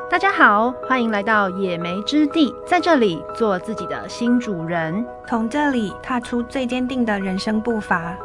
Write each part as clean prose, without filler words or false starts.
大家好，欢迎来到野莓之地，在这里做自己的新主人， 从这里踏出最坚定的人生步伐。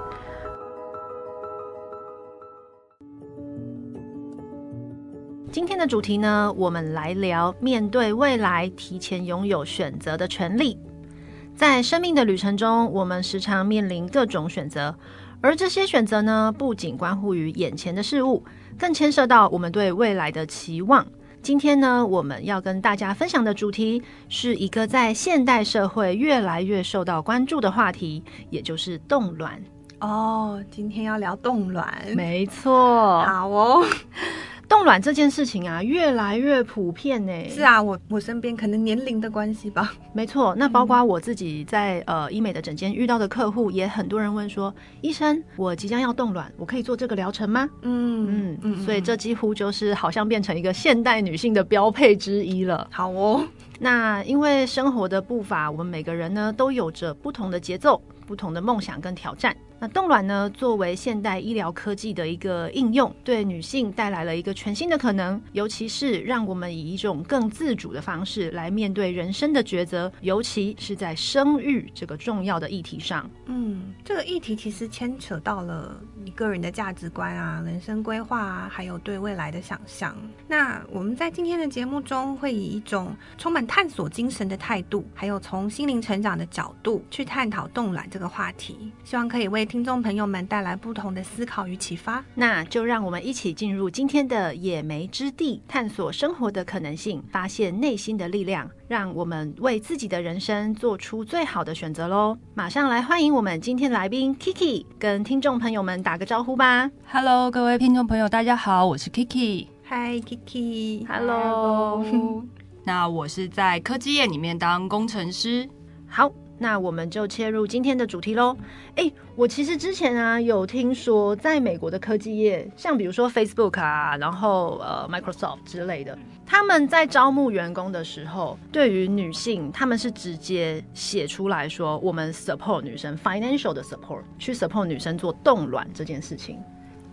今天的主题呢，我们来聊面对未来，提前拥有选择的权利。在生命的旅程中，我们时常面临各种选择，而这些选择呢，不仅关乎于眼前的事物，更牵涉到我们对未来的期望。今天呢，我们要跟大家分享的主题是一个在现代社会越来越受到关注的话题，也就是冻卵。 今天要聊冻卵。 没错。 好哦。 冻卵这件事情啊，越来越普遍呢。 是啊，我身边可能年龄的关系吧。 没错，那包括我自己在医美的诊间遇到的客户，也很多人问说，医生，我即将要冻卵，我可以做这个疗程吗？所以这几乎就是好像变成一个现代女性的标配之一了。 好哦。 那因为生活的步伐，我们每个人呢都有着不同的节奏，不同的梦想跟挑战。那冻卵呢，作为现代医疗科技的一个应用，对女性带来了一个全新的可能，尤其是让我们以一种更自主的方式来面对人生的抉择，尤其是在生育这个重要的议题上。 这个议题其实牵扯到了你个人的价值观啊、人生规划啊，还有对未来的想象。那我们在今天的节目中，会以一种充满探索精神的态度，还有从心灵成长的角度去探讨冻卵这个话题，希望可以为听众朋友们带来不同的思考与启发。 那就让我们一起进入今天的野莓之地，探索生活的可能性，发现内心的力量，让我们为自己的人生做出最好的选择咯。马上来欢迎我们今天的来宾 Kiki， 跟听众朋友们打个招呼吧。 Hello， 各位听众朋友大家好，我是 Kiki。 Hi Kiki。 Hello。 那我是在科技业里面当工程师。 好，那我们就切入今天的主题咯。我其实之前啊有听说，在美国的科技业，像比如说 Facebook 啊，然后Microsoft 之类的，他们在招募员工的时候，对于女性，他们是直接写出来说，我们 support 女生 financial 的 support， 去 support 女生做冻卵这件事情。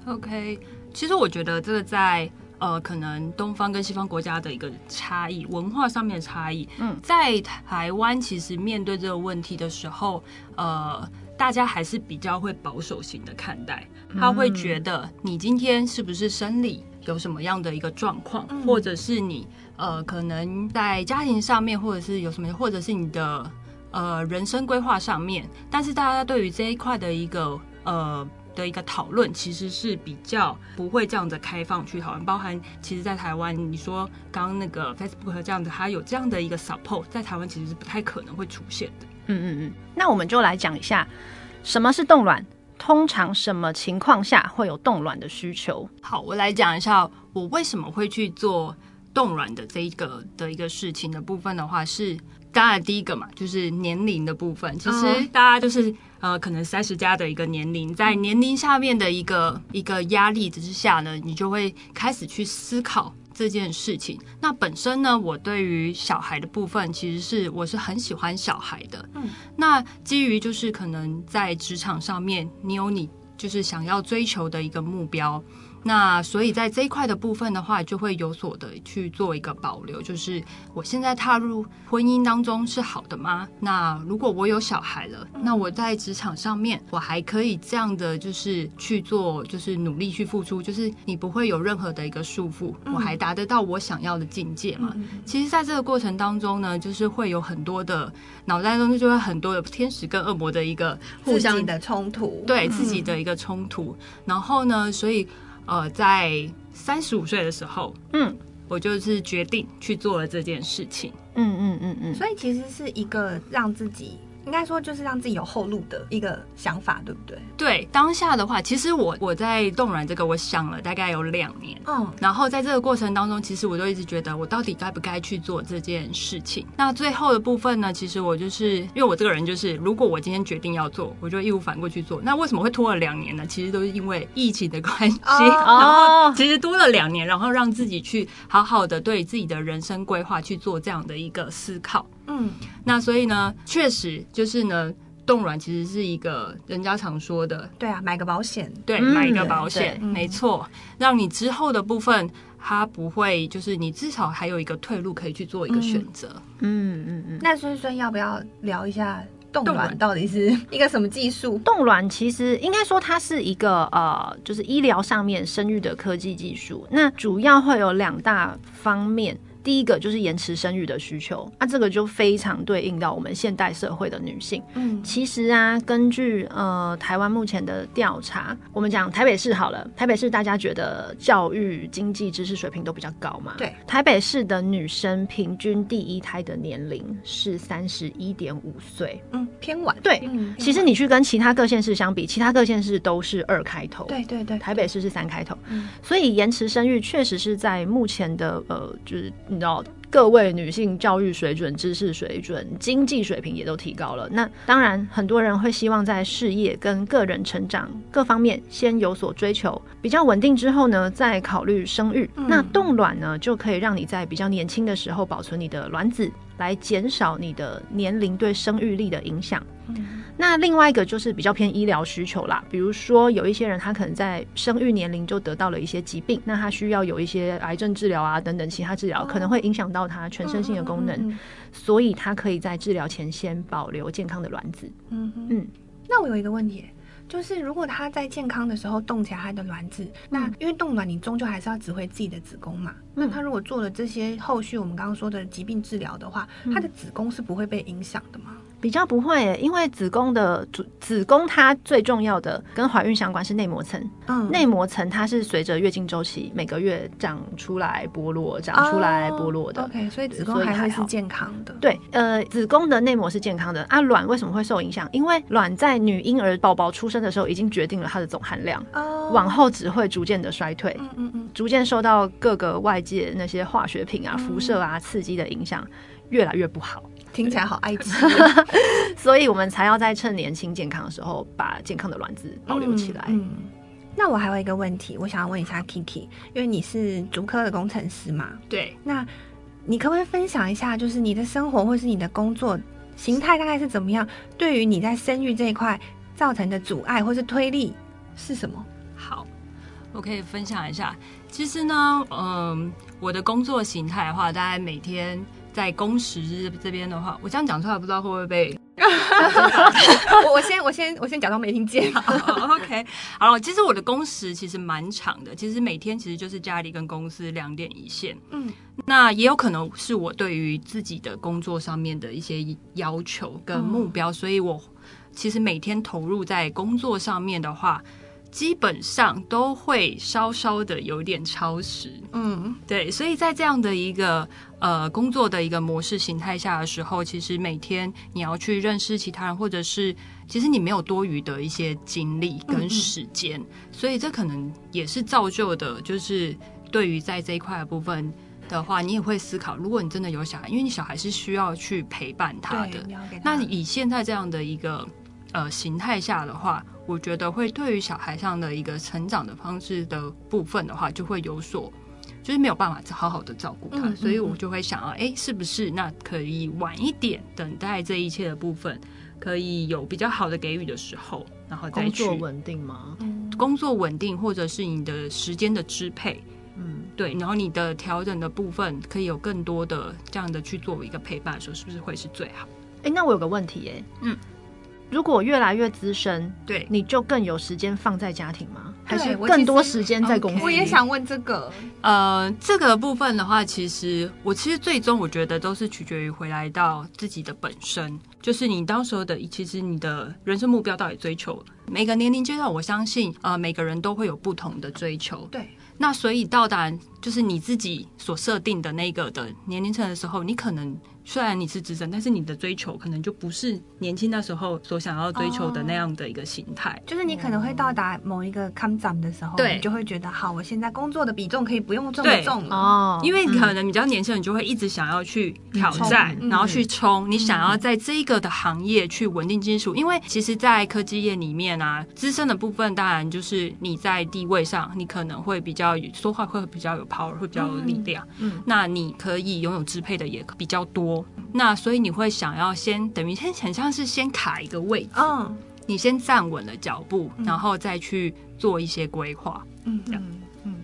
OK， 其实我觉得这个在可能东方跟西方国家的一个差异，文化上面的差异。在台湾其实面对这个问题的时候，大家还是比较会保守型的看待，他会觉得你今天是不是生理有什么样的一个状况，或者是你可能在家庭上面，或者是有什么，或者是你的人生规划上面，但是大家对于这一块的一个讨论其实是比较不会这样子开放去讨论，包含其实在台湾你说刚刚那个 Facebook 这样子，它有这样的一个 support， 在台湾其实是不太可能会出现的。 那我们就来讲一下什么是冻卵，通常什么情况下会有冻卵的需求。 好，我来讲一下我为什么会去做冻卵的这一个的一个事情的部分的话，是当然第一个嘛，就是年龄的部分。其实大家就是可能30加的一个年龄，在年龄下面的一个压力之下呢，你就会开始去思考这件事情。那本身呢，我对于小孩的部分，其实我是很喜欢小孩的。那基于就是可能在职场上面，你有你就是想要追求的一个目标。那所以在这一块的部分的话，就会有所的去做一个保留，就是我现在踏入婚姻当中是好的吗？那如果我有小孩了，那我在职场上面我还可以这样的就是去做，就是努力去付出，就是你不会有任何的一个束缚，我还达得到我想要的境界嘛。其实在这个过程当中呢，就是会有很多的脑袋中就会很多的天使跟恶魔的一个互相自己的冲突， 对自己的一个冲突。然后呢，所以在35岁的时候，我就是决定去做了这件事情。 所以其实是一个让自己，应该说就是让自己有后路的一个想法，对不对？ 对，当下的话，其实我在冻卵这个，我想了大概有2年。然后在这个过程当中，其实我就一直觉得我到底该不该去做这件事情。那最后的部分呢，其实我就是因为我这个人就是，如果我今天决定要做，我就义无反顾去做。那为什么会拖了2年呢？其实都是因为疫情的关系。然后其实多了2年，然后让自己去好好的对自己的人生规划去做这样的一个思考。那所以呢，确实就是呢，冻卵其实是一个人家常说的， 对啊，买个保险， 对，买一个保险，没错，让你之后的部分它不会就是你至少还有一个退路可以去做一个选择。 那孙要不要聊一下冻卵到底是一个什么技术？ 冻卵其实应该说它是一个就是医疗上面生育的科技技术。那主要会有2大方面。第一个就是延迟生育的需求，这个就非常对应到我们现代社会的女性。其实根据台湾目前的调查，我们讲台北市好了，台北市大家觉得教育、经济、知识水平都比较高嘛？ 对， 台北市的女生平均第1胎的年龄是31.5岁， 偏晚。 对，其实你去跟其他各县市相比，其他各县市都是2开头， 对， 台北市是3开头，所以延迟生育确实是在目前的就是你知道各位女性教育水准、知识水准、经济水平也都提高了。那当然很多人会希望在事业跟个人成长各方面先有所追求，比较稳定之后呢再考虑生育。那冻卵呢就可以让你在比较年轻的时候保存你的卵子，来减少你的年龄对生育力的影响。那另外一个就是比较偏医疗需求啦，比如说有一些人他可能在生育年龄就得到了一些疾病，那他需要有一些癌症治疗啊等等其他治疗，可能会影响到他全身性的功能，所以他可以在治疗前先保留健康的卵子。 那我有一个问题，就是如果他在健康的时候冻起来他的卵子，那因为冻卵你终究还是要指挥自己的子宫嘛，那他如果做了这些后续我们刚刚说的疾病治疗的话，他的子宫是不会被影响的吗？ 比较不会耶，因为子宫它最重要的跟怀孕相关是内膜层，内膜层它是随着月经周期每个月长出来剥落长出来剥落的。 OK， 所以子宫还会是健康的。 对，子宫的内膜是健康的卵为什么会受影响？因为卵在女婴儿宝宝出生的时候已经决定了它的总含量，往后只会逐渐的衰退，逐渐受到各个外界那些化学品啊、辐射啊、刺激的影响，越来越不好。 听起来好爱吃所以我们才要在趁年轻健康的时候把健康的卵子保留起来。 那我还有一个问题，我想要问一下 Kiki， 因为你是竹科的工程师嘛， 对， 那你可不可以分享一下，就是你的生活或是你的工作形态大概是怎么样？对于你在生育这一块造成的阻碍或是推力是什么？ 好，我可以分享一下。其实呢，我的工作形态的话，大概每天在工时日这边的话，我这样讲出来不知道会不会被我先假装没听见。 OK， 好了，其实我的工时其实蛮长的，其实每天其实就是家里跟公司2点一线。那也有可能是我对于自己的工作上面的一些要求跟目标，所以我其实每天投入在工作上面的话，基本上都会稍稍的有点超时。对，所以在这样的一个工作的一个模式形态下的时候，其实每天你要去认识其他人，或者是其实你没有多余的一些精力跟时间，所以这可能也是造就的，就是对于在这一块的部分的话，你也会思考，如果你真的有小孩，因为你小孩是需要去陪伴他的，那以现在这样的一个形态下的话，我觉得会对于小孩上的一个成长的方式的部分的话，就会有所就是没有办法好好的照顾他，所以我就会想要，是不是那可以晚一点，等待这一切的部分可以有比较好的给予的时候，然后再去工作稳定吗？ 工作稳定，或者是你的时间的支配，对，然后你的调整的部分可以有更多的这样的去作为一个陪伴的时候，是不是会是最好？ 那我有个问题耶，如果越来越资深， 对， 你就更有时间放在家庭吗？还是更多时间在公司？ 我也想问这个。 这个部分的话，其实最终我觉得都是取决于回来到自己的本身，就是你当时候的，其实你的人生目标到底追求每个年龄阶段，我相信每个人都会有不同的追求。 对， 那所以到达就是你自己所设定的那个的年龄层的时候，你可能虽然你是资深，但是你的追求可能就不是年轻那时候所想要追求的那样的一个形态。 就是你可能会到达某一个康展的时候， 对， 你就会觉得好，我现在工作的比重可以不用这么重了。因为可能比较年轻人就会一直想要去挑战，然后去冲，你想要在这一个的行业去稳定基础。因为其实在科技业里面啊，资深的部分当然就是你在地位上你可能会比较说话会比较有 power， 会比较有力量，那你可以拥有支配的也比较多，那所以你会想要先等于很像是先卡一个位置，你先站稳了脚步，然后再去做一些规划。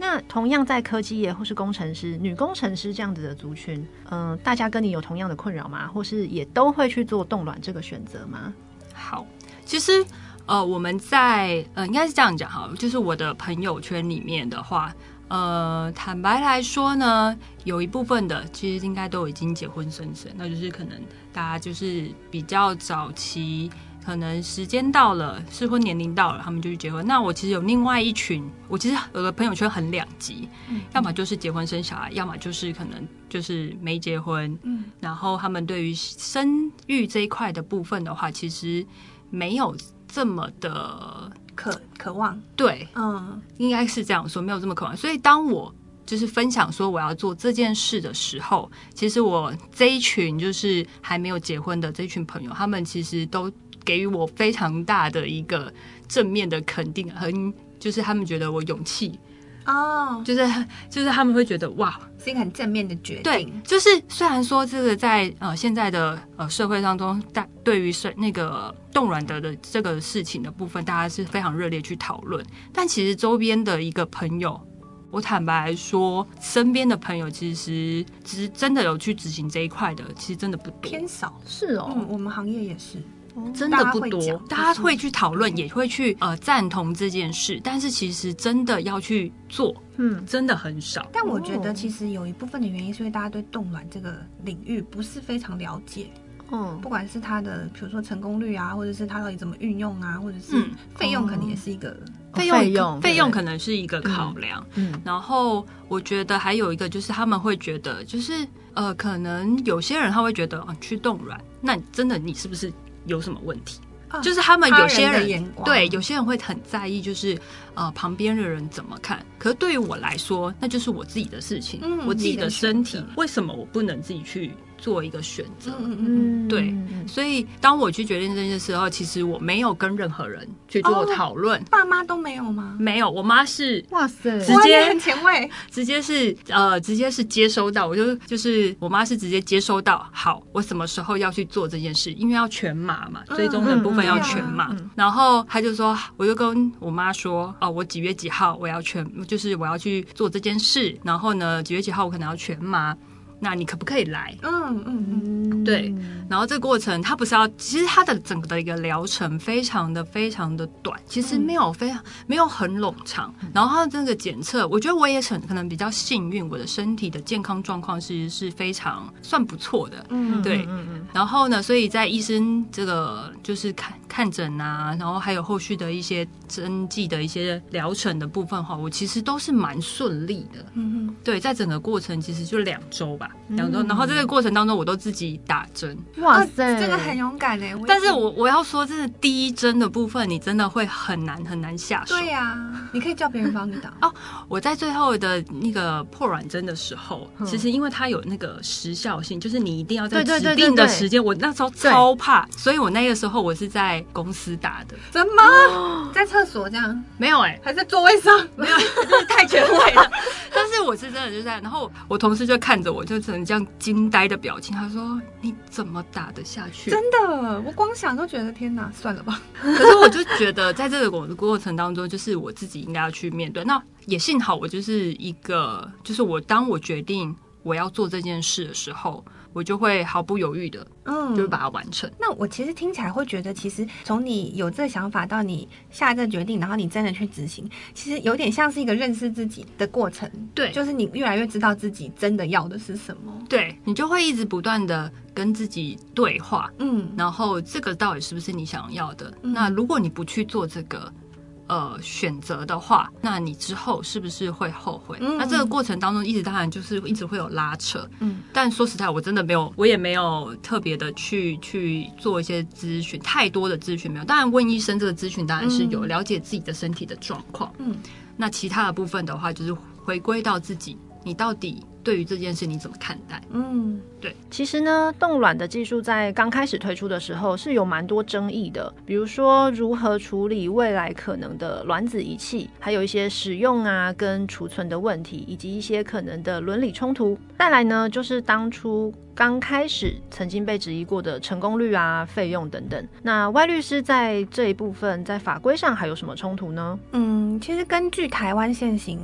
那同样在科技业或是工程师、女工程师这样子的族群，大家跟你有同样的困扰吗？或是也都会去做冻卵这个选择吗？ 好，其实我们在应该是这样讲好了，就是我的朋友圈里面的话，坦白来说呢，有一部分的其实应该都已经结婚生子，那就是可能大家就是比较早期，可能时间到了，适婚年龄到了，他们就去结婚。那我其实有另外一群，我其实有的朋友圈很两极，要么就是结婚生小孩，要么就是可能就是没结婚。然后他们对于生育这一块的部分的话，其实没有这么的渴望。 对，应该是这样说，没有这么渴望。所以当我就是分享说我要做这件事的时候，其实我这一群就是还没有结婚的这一群朋友，他们其实都给予我非常大的一个正面的肯定，就是他们觉得我勇气就是他们会觉得哇， 是一个很正面的决定。 对，就是虽然说这个在现在的社会当中，对于那个冻卵的这个事情的部分，大家是非常热烈去讨论，但其实周边的一个朋友，我坦白来说，身边的朋友其实真的有去执行这一块的，其实真的不多， 偏少。 是哦， 我们行业也是。 真的不多，大家会去讨论，也会去赞同这件事，但是其实真的要去做，真的很少。 但我觉得其实有一部分的原因是因为大家对冻卵这个领域不是非常了解，不管是它的比如说成功率啊，或者是它到底怎么运用啊，或者是费用可能也是一个费用可能是一个考量。然后我觉得还有一个就是他们会觉得就是可能有些人他会觉得去冻卵，那真的你是不是有什么问题？就是他们有些人对有些人会很在意，就是旁边的人怎么看。可是对于我来说，那就是我自己的事情，我自己的身体，为什么我不能自己去做一个选择？对，所以当我去决定这件事的时候，其实我没有跟任何人去做讨论。 爸妈都没有吗？ 没有，我妈是哇塞， 直接很前卫， 直接是接收到，我就是我妈是直接接收到，好，我什么时候要去做这件事？因为要全麻嘛，最终的部分要全麻。然后她就说，我就跟我妈说，我几月几号我要就是我要去做这件事，然后呢几月几号我可能要全麻。那你可不可以来？对。然后这个过程，它不是要，其实它的整个的一个疗程非常的短，其实没有很冗长。然后它这个检测，我觉得我也可能比较幸运，我的身体的健康状况其实是非常算不错的。对。然后呢，所以在医生这个就是看诊啊，然后还有后续的一些针剂的一些疗程的部分哈，我其实都是蛮顺利的。对，在整个过程其实就2周吧。2周，然后这个过程当中我都自己打针。 哇塞， 这个很勇敢耶！ 但是我要说，真的第一针的部分，你真的会很难下手。 对呀，你可以叫别人帮你打。 我在最后的那个破卵针的时候，其实因为它有那个时效性，就是你一定要在指定的时间。我那时候超怕，所以我那个时候我是在公司打的。 真吗？在厕所这样？ 没有还在座位上？ 没有，真的太前卫了。但是我是真的就在，然后我同事就看着我，就只能这样惊呆的表情。他说：“你怎么打得下去？” 真的，我光想都觉得天哪，算了吧。 可是我就觉得，在这个过程当中，就是我自己应该要去面对。那也幸好，我就是就是当我决定我要做这件事的时候，我就会毫不犹豫的，就会把它完成。 那我其实听起来会觉得，其实从你有这个想法到你下这个决定，然后你真的去执行，其实有点像是一个认识自己的过程。 对， 就是你越来越知道自己真的要的是什么。 对，你就会一直不断的跟自己对话，然后这个到底是不是你想要的？那如果你不去做这个选择的话，那你之后是不是会后悔？那这个过程当中，当然就是一直会有拉扯。但说实在，我真的我也没有特别的去做一些咨询，太多的咨询没有。当然问医生这个咨询当然是有，了解自己的身体的状况。那其他的部分的话，就是回归到自己，你到底对于这件事你怎么看待？对。 其实呢，冻卵的技术在刚开始推出的时候是有蛮多争议的，比如说如何处理未来可能的卵子遗弃，还有一些使用啊跟储存的问题，以及一些可能的伦理冲突。再来呢，就是当初刚开始曾经被质疑过的成功率啊、费用等等。那歪律师在这一部分在法规上还有什么冲突呢？ 其实根据台湾现行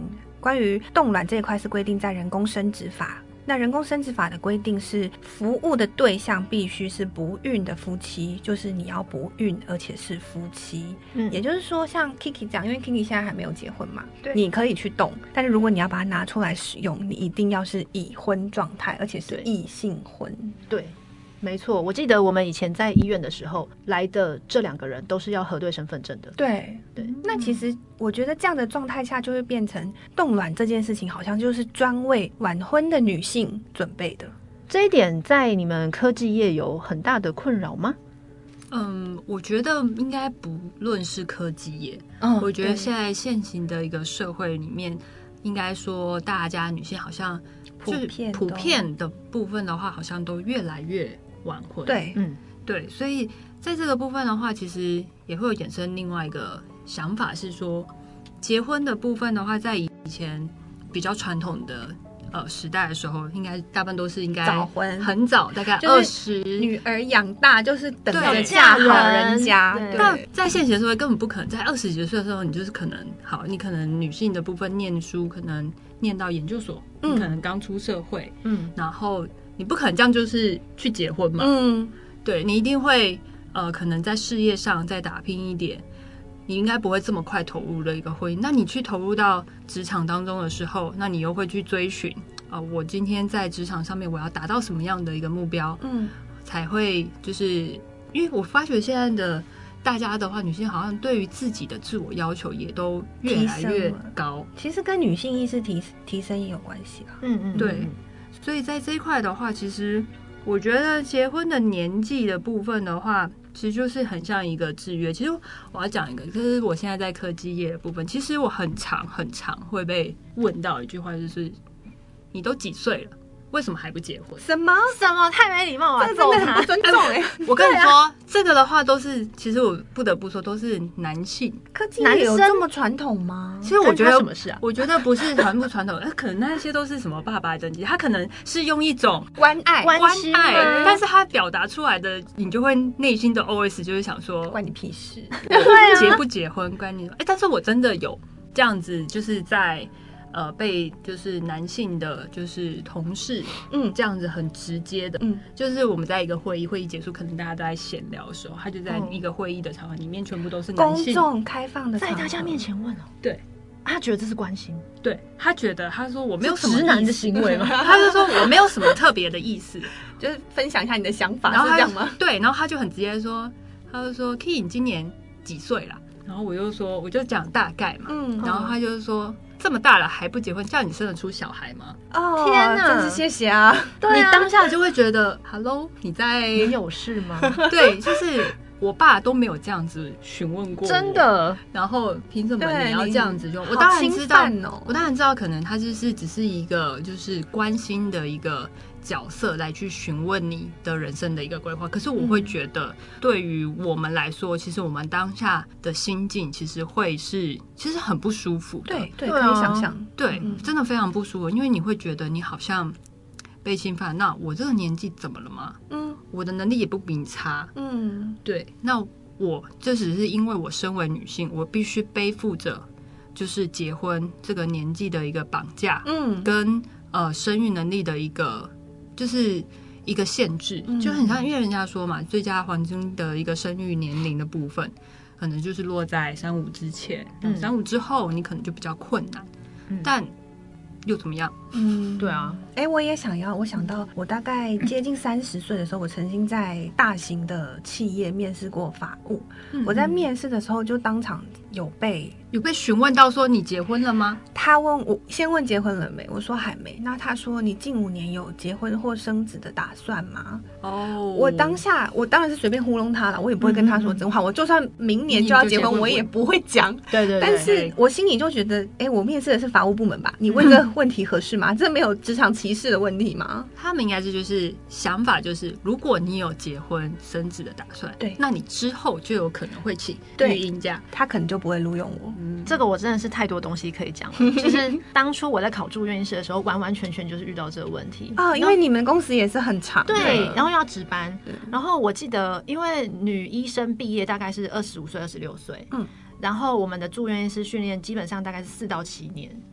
关于冻卵这一块是规定在人工生殖法。那人工生殖法的规定是，服务的对象必须是不孕的夫妻，就是你要不孕而且是夫妻。也就是说，像 Kiki 讲，因为 Kiki 现在还没有结婚嘛，对，你可以去冻，但是如果你要把它拿出来使用，你一定要是已婚状态，而且是异性婚。 对。没错，我记得我们以前在医院的时候来的这2个人都是要核对身份证的。 对，那其实我觉得这样的状态下就会变成冻卵这件事情好像就是专为晚婚的女性准备的。 这一点在你们科技业有很大的困扰吗？ 我觉得应该不论是科技业，我觉得现在现行的一个社会里面，应该说大家女性好像就是普遍的部分的话，好像都越来越晚婚。 对， 对，所以在这个部分的话，其实也会有衍生另外一个想法是说，结婚的部分的话，在以前比较传统的时代的时候，应该大部分都是应该早婚， 很早，大概20， 女儿养大就是等着嫁好人家。 那在现实社会根本不可能，在20几岁的时候，你就是可能好，你可能女性的部分念书，可能念到研究所，你可能刚出社会，然后你不可能这样就是去结婚嘛，对，你一定会可能在事业上再打拼一点，你应该不会这么快投入的一个婚姻。那你去投入到职场当中的时候，那你又会去追寻我今天在职场上面我要达到什么样的一个目标，才会就是因为我发觉现在的大家的话，女性好像对于自己的自我要求也都越来越高， 其实跟女性意识提升也有关系啦。 对，所以在这一块的话，其实我觉得结婚的年纪的部分的话，其实就是很像一个制约。其实我要讲一个，就是我现在在科技业的部分，其实我很常会被问到一句话，就是你都几岁了，为什么还不结婚？ 什么太没礼貌了， 这真的很不尊重我跟你说，这个的话都是，其实我不得不说，都是男性。 科技业有这么传统吗？ 其实我觉得什么事啊？ 我觉得不是传不传统，可能那些都是什么爸爸等级，他可能是用一种关爱， 但是他表达出来的，你就会内心的 OS 就是想说， 关你屁事， 结不结婚关你。但是我真的有这样子，就是在。被就是男性的就是同事，这样子很直接的，就是我们在一个会议结束，可能大家都在闲聊的时候，他就在一个会议的场合里面，全部都是男性， 公众开放的场合， 在大家面前问对， 他觉得这是关心， 对他觉得他说我没有什么直男的行为嘛， 他就说我没有什么特别的意思， 就是分享一下你的想法， 然后是这样吗？ 对，然后他就很直接说，他就说 Key 你今年几岁啦？然后我就讲大概嘛，然后他就说。这么大了还不结婚，叫你生得出小孩吗？ 天哪，真是谢谢啊！ 你当下就会觉得 ，Hello， 你有事吗？ 对，就是我爸都没有这样子询问过我， 真的。 然后凭什么你要这样子用？我当然知道，可能他就是只是一个就是关心的一个角色来去询问你的人生的一个规划。可是我会觉得，对于我们来说，其实我们当下的心境其实很不舒服的。 对，可以想象， 对，真的非常不舒服，因为你会觉得你好像被侵犯。那我这个年纪怎么了吗？我的能力也不比你差。对，那我这只是因为我身为女性，我必须背负着就是结婚这个年纪的一个绑架，跟生育能力的一个就是一个限制，就很像因为人家说嘛，最佳黄金的一个生育年龄的部分，可能就是落在35之前，35之后你可能就比较困难，但又怎么样？ 对啊。 我也我想到我大概接近30岁的时候，我曾经在大型的企业面试过法务。我在面试的时候就当场有被询问到说你结婚了吗？ 他问我先问结婚了没，我说还没。那他说你近5年有结婚或生子的打算吗？我当然是随便糊弄他了，我也不会跟他说真话。我就算明年就要结婚，我也不会讲。 对。 但是我心里就觉得，我面试的是法务部门吧？你问这个问题合适吗？这没有职场歧视的问题吗？ 他们应该是就是想法就是，如果你有结婚生子的打算，对，那你之后就有可能会请育婴假， 他可能就不会录用我。 这个我真的是太多东西可以讲了。就是当初我在考住院医师的时候，完完全全就是遇到这个问题因为你们公司也是很长， 对，然后要值班，然后我记得，因为女医生毕业大概是25岁、26岁，然后我们的住院医师训练基本上大概是4到7年，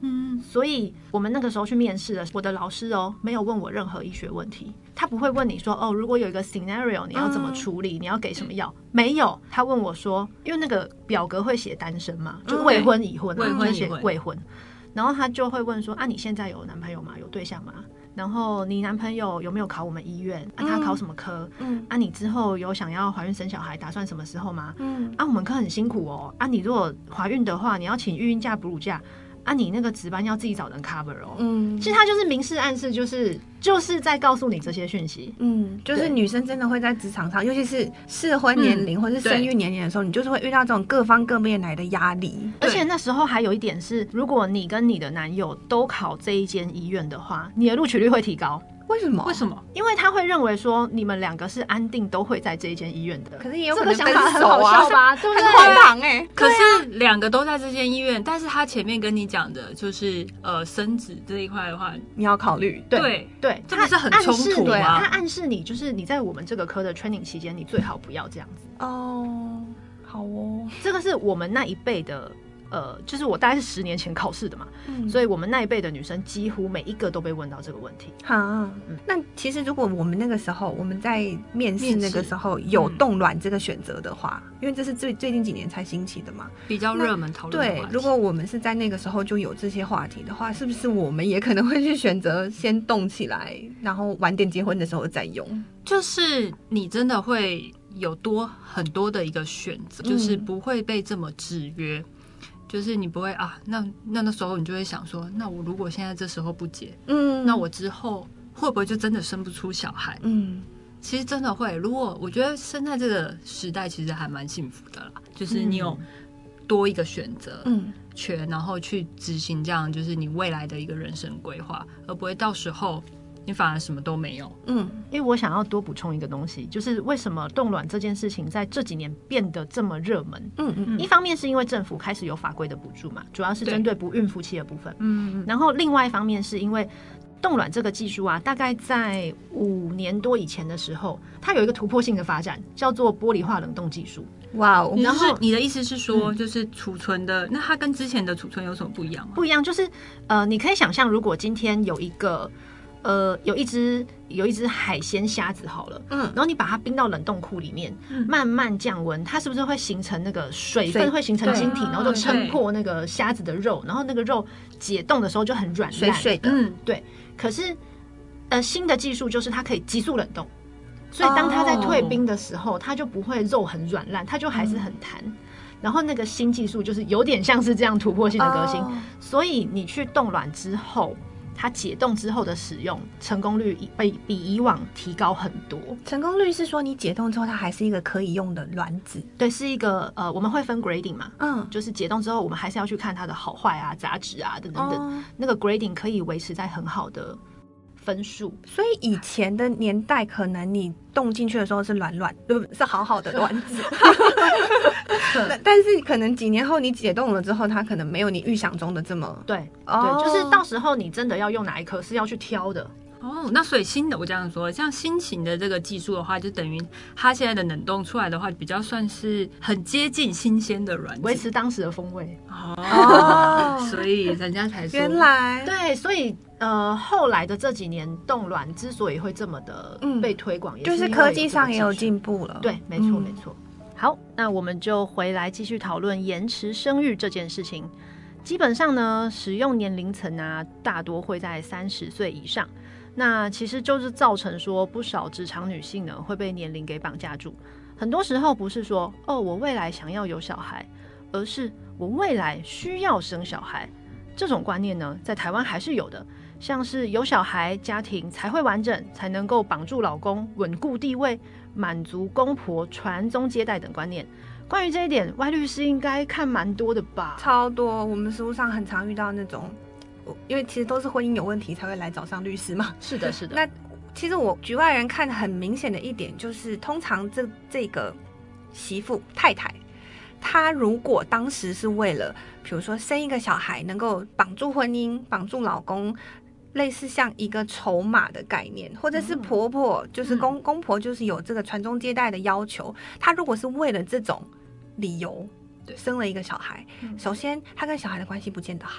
所以我们那个时候去面试的，我的老师没有问我任何医学问题，他不会问你说如果有一个 scenario 你要怎么处理，你要给什么药，没有。他问我说，因为那个表格会写单身嘛，就未婚已婚，未婚，然后他就会问说你现在有男朋友吗？有对象吗？然后你男朋友有没有考我们医院？他考什么科？你之后有想要怀孕生小孩，打算什么时候吗？我们科很辛苦你如果怀孕的话，你要请育婴假、哺乳假。你那个值班要自己找人 cover 其实他就是明示暗示，就是在告诉你这些讯息。 就是女生真的会在职场上，尤其是适婚年龄或是生育年龄的时候，你就是会遇到这种各方各面来的压力。 而且那时候还有一点是，如果你跟你的男友都考这一间医院的话，你的录取率会提高。 为什么？ 因为他会认为说你们两个是安定都会在这一间医院的。 可是也有可能这个想法很好笑吧？对不对？ 很荒唐欸。 可是两个都在这间医院，但是他前面跟你讲的就是生子这一块的话， 你要考虑。 对， 这不是很冲突吗？ 他暗示你，就是你在我们这个科的 training 期间，你最好不要这样子。 好哦， 这个是我们那一辈的。就是我大概是10年前考试的嘛，所以我们那一辈的女生几乎每一个都被问到这个问题。 那其实如果我们那个时候我们在面试那个时候有冻卵这个选择的话，因为这是最近几年才兴起的嘛， 比较热门讨论的话题。 对，如果我们是在那个时候就有这些话题的话，是不是我们也可能会去选择先冻起来，然后晚点结婚的时候再用？ 就是你真的会有很多的一个选择，就是不会被这么制约。就是你不会那时候你就会想说，那我如果现在这时候不结，那我之后会不会就真的生不出小孩？其实真的会。如果我觉得生在这个时代，其实还蛮幸福的啦，就是你有多一个选择权，然后去执行这样就是你未来的一个人生规划，而不会到时候你反而什么都没有。 因为我想要多补充一个东西，就是为什么冻卵这件事情在这几年变得这么热门。一方面是因为政府开始有法规的补助嘛，主要是针对不孕夫妻的部分。然后另外一方面是因为冻卵这个技术大概在5年多以前的时候，它有一个突破性的发展，叫做玻璃化冷冻技术。 哇哦！ 然后你的意思是说，就是储存的，那它跟之前的储存有什么不一样吗？ 不一样，就是你可以想象，如果今天有一个有一只海鲜虾子好了，然后你把它冰到冷冻库里面，慢慢降温，它是不是会形成那个水分会形成晶体，然后就撑破那个虾子的肉，然后那个肉解冻的时候就很软烂水的。 对。可是新的技术就是它可以急速冷冻，所以当它在退冰的时候，它就不会肉很软烂，它就还是很弹。然后那个新技术就是有点像是这样突破性的革新，所以你去冻卵之后，它解冻之后的使用成功率比以往提高很多。 成功率是说你解冻之后它还是一个可以用的卵子？ 对，是一个我们会分 grading 嘛，就是解冻之后我们还是要去看它的好坏啊、杂质啊等等，那个 grading 可以维持在很好的分数。 所以以前的年代可能你冻进去的时候是软软，是好好的卵子但是可能几年后你解冻了之后，它可能没有你预想中的这么对，就是到时候你真的要用哪一颗是要去挑的。 那所以新的我这样说，像新型的这个技术的话，就等于它现在的冷冻出来的话，比较算是很接近新鲜的卵子， 维持当时的风味。 所以人家才说原来对，所以后来的这几年冻卵之所以会这么的被推广，也就是科技上也有进步了。 对，没错没错。好，那我们就回来继续讨论延迟生育这件事情。基本上呢，使用年龄层大多会在30岁以上。那其实就是造成说不少职场女性呢会被年龄给绑架住。很多时候不是说我未来想要有小孩，而是我未来需要生小孩。这种观念呢在台湾还是有的，像是有小孩家庭才会完整，才能够绑住老公，稳固地位，满足公婆传宗接代等观念。关于这一点，歪律师应该看蛮多的吧？ 超多，我们实务上很常遇到那种，因为其实都是婚姻有问题才会来找上律师嘛。 是的，是的。 那其实我局外人看很明显的一点就是，通常这个媳妇太太，她如果当时是为了，比如说生一个小孩，能够绑住婚姻，绑住老公。类似像一个筹码的概念，或者是婆婆就是公婆就是有这个传宗接代的要求，她如果是为了这种理由生了一个小孩，首先她跟小孩的关系不见得好，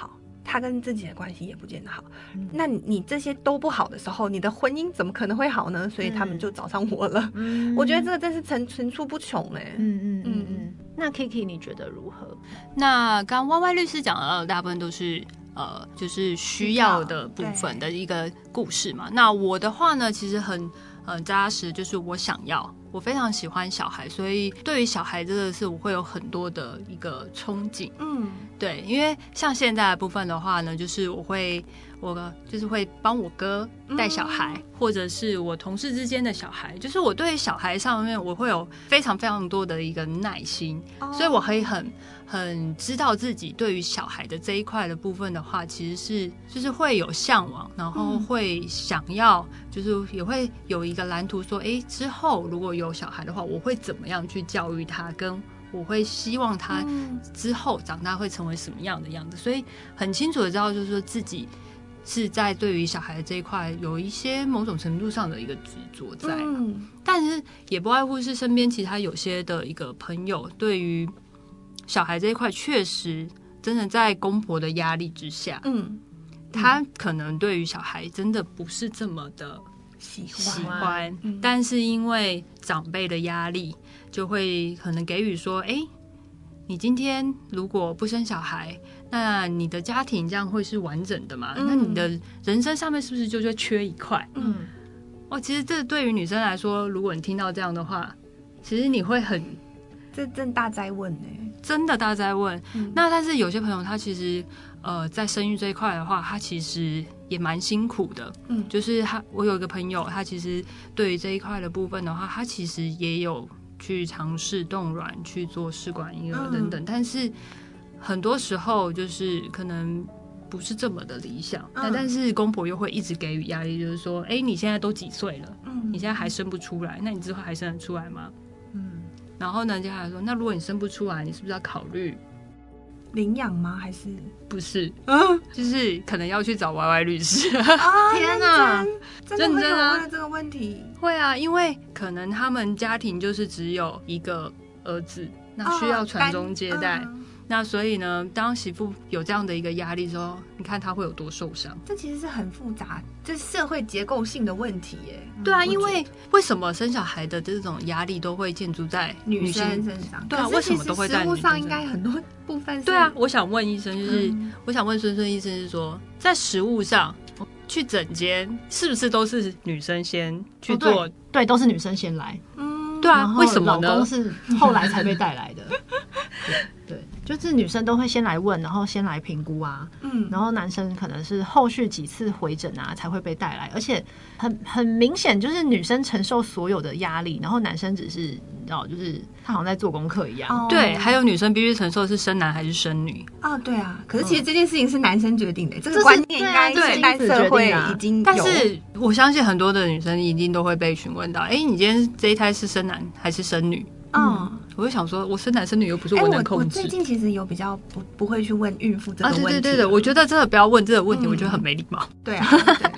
他跟自己的关系也不见得好。那你这些都不好的时候，你的婚姻怎么可能会好呢？所以他们就找上我了。我觉得这个真是层出不穷哎。 那 Kiki 你觉得如何？ 那刚歪歪律师讲的大部分都是就是需要的部分的一个故事嘛。那我的话呢，其实很扎实，就是我非常喜欢小孩，所以对于小孩真的是我会有很多的一个憧憬。对，因为像现在的部分的话呢，就是我就是会帮我哥带小孩，或者是我同事之间的小孩，就是我对小孩上面我会有非常非常多的一个耐心，所以我可以很知道自己对于小孩的这一块的部分的话，其实是就是会有向往，然后会想要，就是也会有一个蓝图说，之后如果有小孩的话，我会怎么样去教育他，跟我会希望他之后长大会成为什么样的样子，所以很清楚的知道，就是说自己是在对于小孩的这一块有一些某种程度上的一个执着在，但是也不外乎是身边其他有些的一个朋友对于小孩这一块确实真的在公婆的压力之下，他可能对于小孩真的不是这么的喜欢，但是因为长辈的压力，就会可能给予说，你今天如果不生小孩，那你的家庭这样会是完整的吗？那你的人生上面是不是就会缺一块？其实这对于女生来说，如果你听到这样的话，其实你会这真大哉问真的大哉问。那但是有些朋友他其实在生育这一块的话，他其实也蛮辛苦的。就是我有一个朋友，他其实对于这一块的部分的话，他其实也有去尝试冻卵去做试管婴儿等等，但是很多时候就是可能不是这么的理想。但是公婆又会一直给予压力，就是说你现在都几岁了，你现在还生不出来，那你之后还生得出来吗？然后呢，接下来说，那如果你生不出来，你是不是要考虑领养吗？还是不是？就是可能要去找 YY 律师。 天哪，真的会有啊， 问了这个问题？ 会啊，因为可能他们家庭就是只有一个儿子，那需要传宗接代。那所以呢，当媳妇有这样的一个压力之后，你看她会有多受伤。 这其实是很复杂，这是社会结构性的问题耶。 对啊，因为为什么生小孩的这种压力都会建筑在女生身上？ 对啊，为什么都会在女生身上？ 实务上应该很多部分是。 对啊，我想问医生，就是我想问孙医生是说，在实务上去诊间是不是都是女生先去做？ 对，都是女生先来。 对啊，为什么呢？ 老公是后来才被带来的。对，就是女生都会先来问，然后先来评估啊。然后男生可能是后续几次回诊啊才会被带来，而且很明显就是女生承受所有的压力，然后男生只是你知道，就是他好像在做功课一样。 对，还有女生必须承受的是生男还是生女。 对啊，可是其实这件事情是男生决定的，这个观念应该现代社会已经有。 但是我相信很多的女生一定都会被询问到，你今天这一胎是生男还是生女？我就想说，我生男生女又不是我能控制。 我最近其实有比较不会去问孕妇这个问题。 对，我觉得真的不要问这个问题，我觉得很没礼貌。 对啊。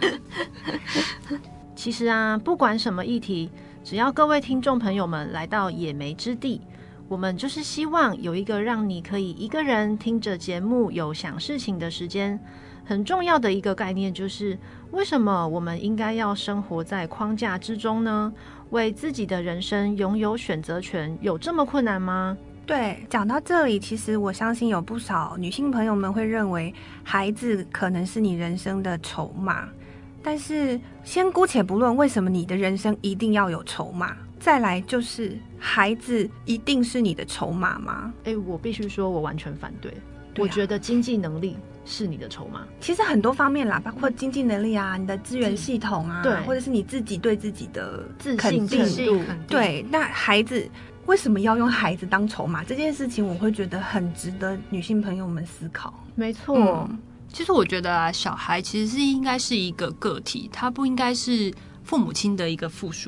其实啊，不管什么议题，只要各位听众朋友们来到野莓之地，我们就是希望有一个让你可以一个人听着节目有想事情的时间。很重要的一个概念就是，为什么我们应该要生活在框架之中呢？为自己的人生拥有选择权，有这么困难吗？ 对，讲到这里，其实我相信有不少女性朋友们会认为孩子可能是你人生的筹码，但是先姑且不论为什么你的人生一定要有筹码，再来就是孩子一定是你的筹码吗？ 我必须说我完全反对。我觉得经济能力是你的筹码， 其实很多方面啦，包括经济能力啊，你的资源系统啊，对，或者是你自己对自己的自信程度。 对，那孩子为什么要用孩子当筹码？这件事情我会觉得很值得女性朋友们思考。 没错， 其实我觉得啊，小孩其实是应该是一个个体，他不应该是父母亲的一个附属品。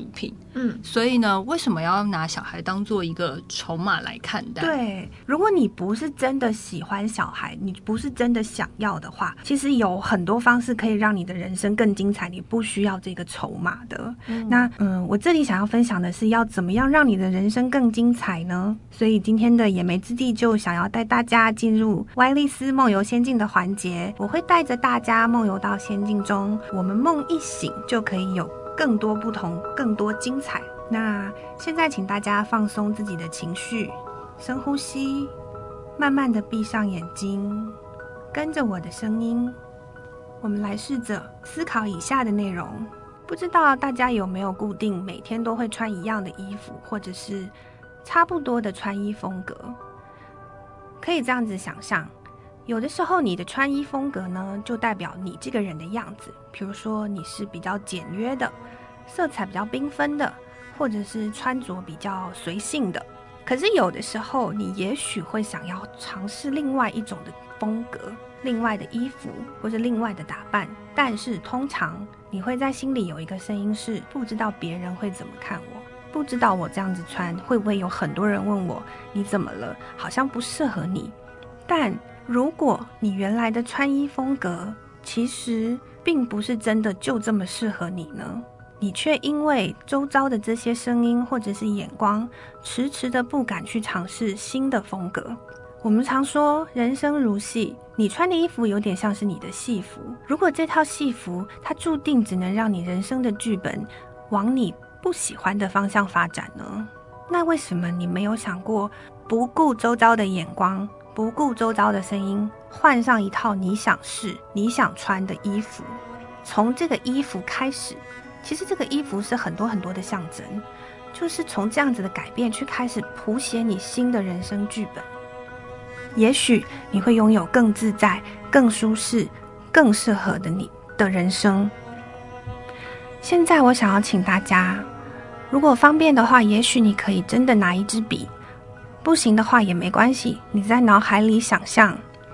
所以呢，为什么要拿小孩当做一个筹码来看待？ 对，如果你不是真的喜欢小孩，你不是真的想要的话，其实有很多方式可以让你的人生更精彩，你不需要这个筹码的。我这里想要分享的是要怎么样让你的人生更精彩呢？所以今天的野莓之地就想要带大家进入歪丽丝梦游仙境的环节，我会带着大家梦游到仙境中，我们梦一醒就可以有更多不同，更多精彩。那现在请大家放松自己的情绪，深呼吸，慢慢的闭上眼睛，跟着我的声音，我们来试着思考以下的内容。不知道大家有没有固定每天都会穿一样的衣服，或者是差不多的穿衣风格？可以这样子想象，有的时候你的穿衣风格呢，就代表你这个人的样子。比如说你是比较简约的，色彩比较缤纷的，或者是穿着比较随性的。可是有的时候你也许会想要尝试另外一种的风格，另外的衣服，或是另外的打扮，但是通常你会在心里有一个声音是，不知道别人会怎么看我，不知道我这样子穿会不会有很多人问我你怎么了，好像不适合你。但如果你原来的穿衣风格其实并不是真的就这么适合你呢，你却因为周遭的这些声音或者是眼光，迟迟的不敢去尝试新的风格。我们常说人生如戏，你穿的衣服有点像是你的戏服，如果这套戏服它注定只能让你人生的剧本往你不喜欢的方向发展呢？那为什么你没有想过不顾周遭的眼光，不顾周遭的声音，换上一套你想试你想穿的衣服？从这个衣服开始，其实这个衣服是很多很多的象征，就是从这样子的改变去开始谱写你新的人生剧本。也许你会拥有更自在、更舒适、更适合的你的人生。现在我想要请大家，如果方便的话，也许你可以真的拿一支笔，不行的话也没关系，你在脑海里想象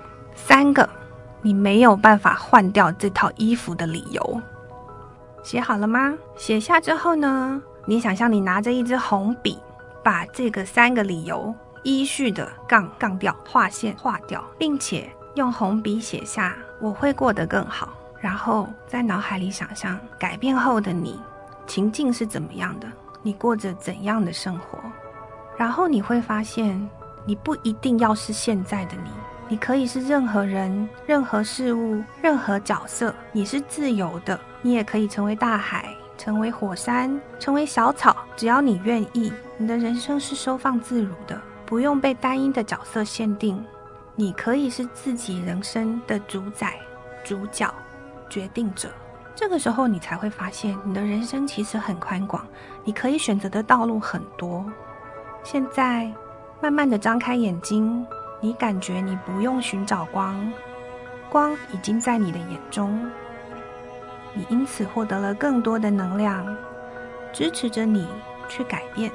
3个你没有办法换掉这套衣服的理由。写好了吗？写下之后呢，你想象你拿着一支红笔，把这个3个理由依序的杠掉，画线画掉，并且用红笔写下我会过得更好。然后在脑海里想象改变后的你，情境是怎么样的，你过着怎样的生活。然后你会发现，你不一定要是现在的你，你可以是任何人、任何事物、任何角色，你是自由的。你也可以成为大海，成为火山，成为小草，只要你愿意，你的人生是收放自如的，不用被单一的角色限定。你可以是自己人生的主宰、主角、决定者。这个时候你才会发现，你的人生其实很宽广，你可以选择的道路很多。现在慢慢的张开眼睛，你感觉你不用寻找光，光已经在你的眼中，你因此获得了更多的能量，支持着你去改变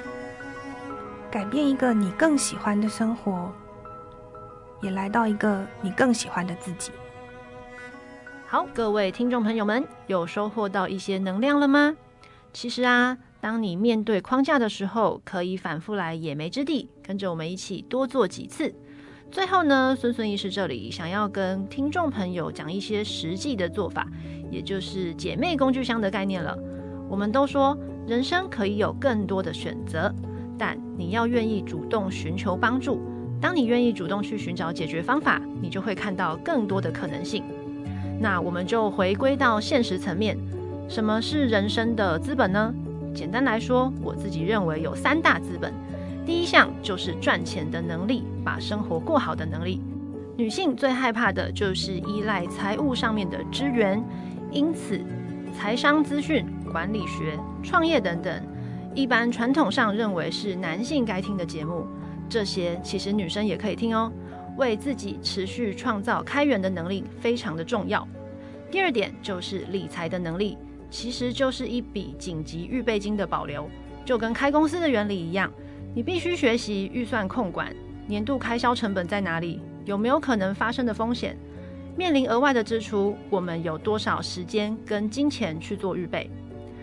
一个你更喜欢的生活，也来到一个你更喜欢的自己。 好，各位听众朋友们，有收获到一些能量了吗？其实啊，当你面对框架的时候，可以反复来野莓之地，跟着我们一起多做几次。最后呢，孙医师这里想要跟听众朋友讲一些实际的做法，也就是姐妹工具箱的概念了。我们都说人生可以有更多的选择，但你要愿意主动寻求帮助。当你愿意主动去寻找解决方法，你就会看到更多的可能性。那我们就回归到现实层面，什么是人生的资本呢？简单来说，我自己认为有3大资本。第一项就是赚钱的能力，把生活过好的能力。女性最害怕的就是依赖财务上面的支援，因此财商资讯、管理学、创业等等，一般传统上认为是男性该听的节目，这些其实女生也可以听哦。为自己持续创造开源的能力非常的重要。第二点就是理财的能力，其实就是一笔紧急预备金的保留，就跟开公司的原理一样，你必须学习预算控管，年度开销成本在哪里，有没有可能发生的风险，面临额外的支出，我们有多少时间跟金钱去做预备。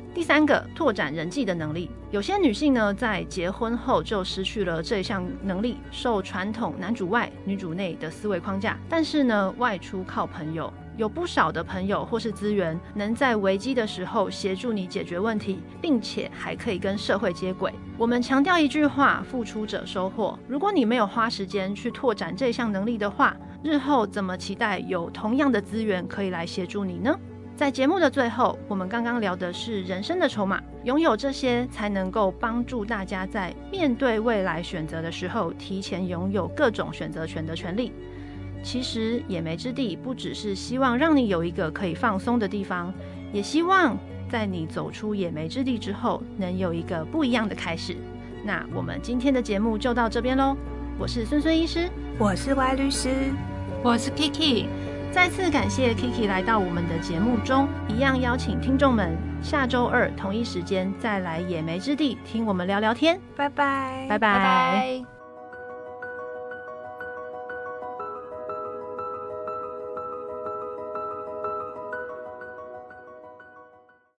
第3个，拓展人际的能力。有些女性呢，在结婚后就失去了这项能力，受传统男主外女主内的思维框架，但是呢，外出靠朋友，有不少的朋友或是资源，能在危机的时候协助你解决问题，并且还可以跟社会接轨。我们强调一句话，付出者收获。如果你没有花时间去拓展这项能力的话，日后怎么期待有同样的资源可以来协助你呢？在节目的最后，我们刚刚聊的是人生的筹码，拥有这些才能够帮助大家在面对未来选择的时候，提前拥有各种选择权的权利。其实野莓之地不只是希望让你有一个可以放松的地方，也希望在你走出野莓之地之后，能有一个不一样的开始。那我们今天的节目就到这边咯，我是孙孙医师， 我是Y律师， 我是 Kiki。 再次感谢 Kiki 来到我们的节目中，一样邀请听众们下周2同一时间再来野莓之地听我们聊聊天。 拜拜， 拜拜。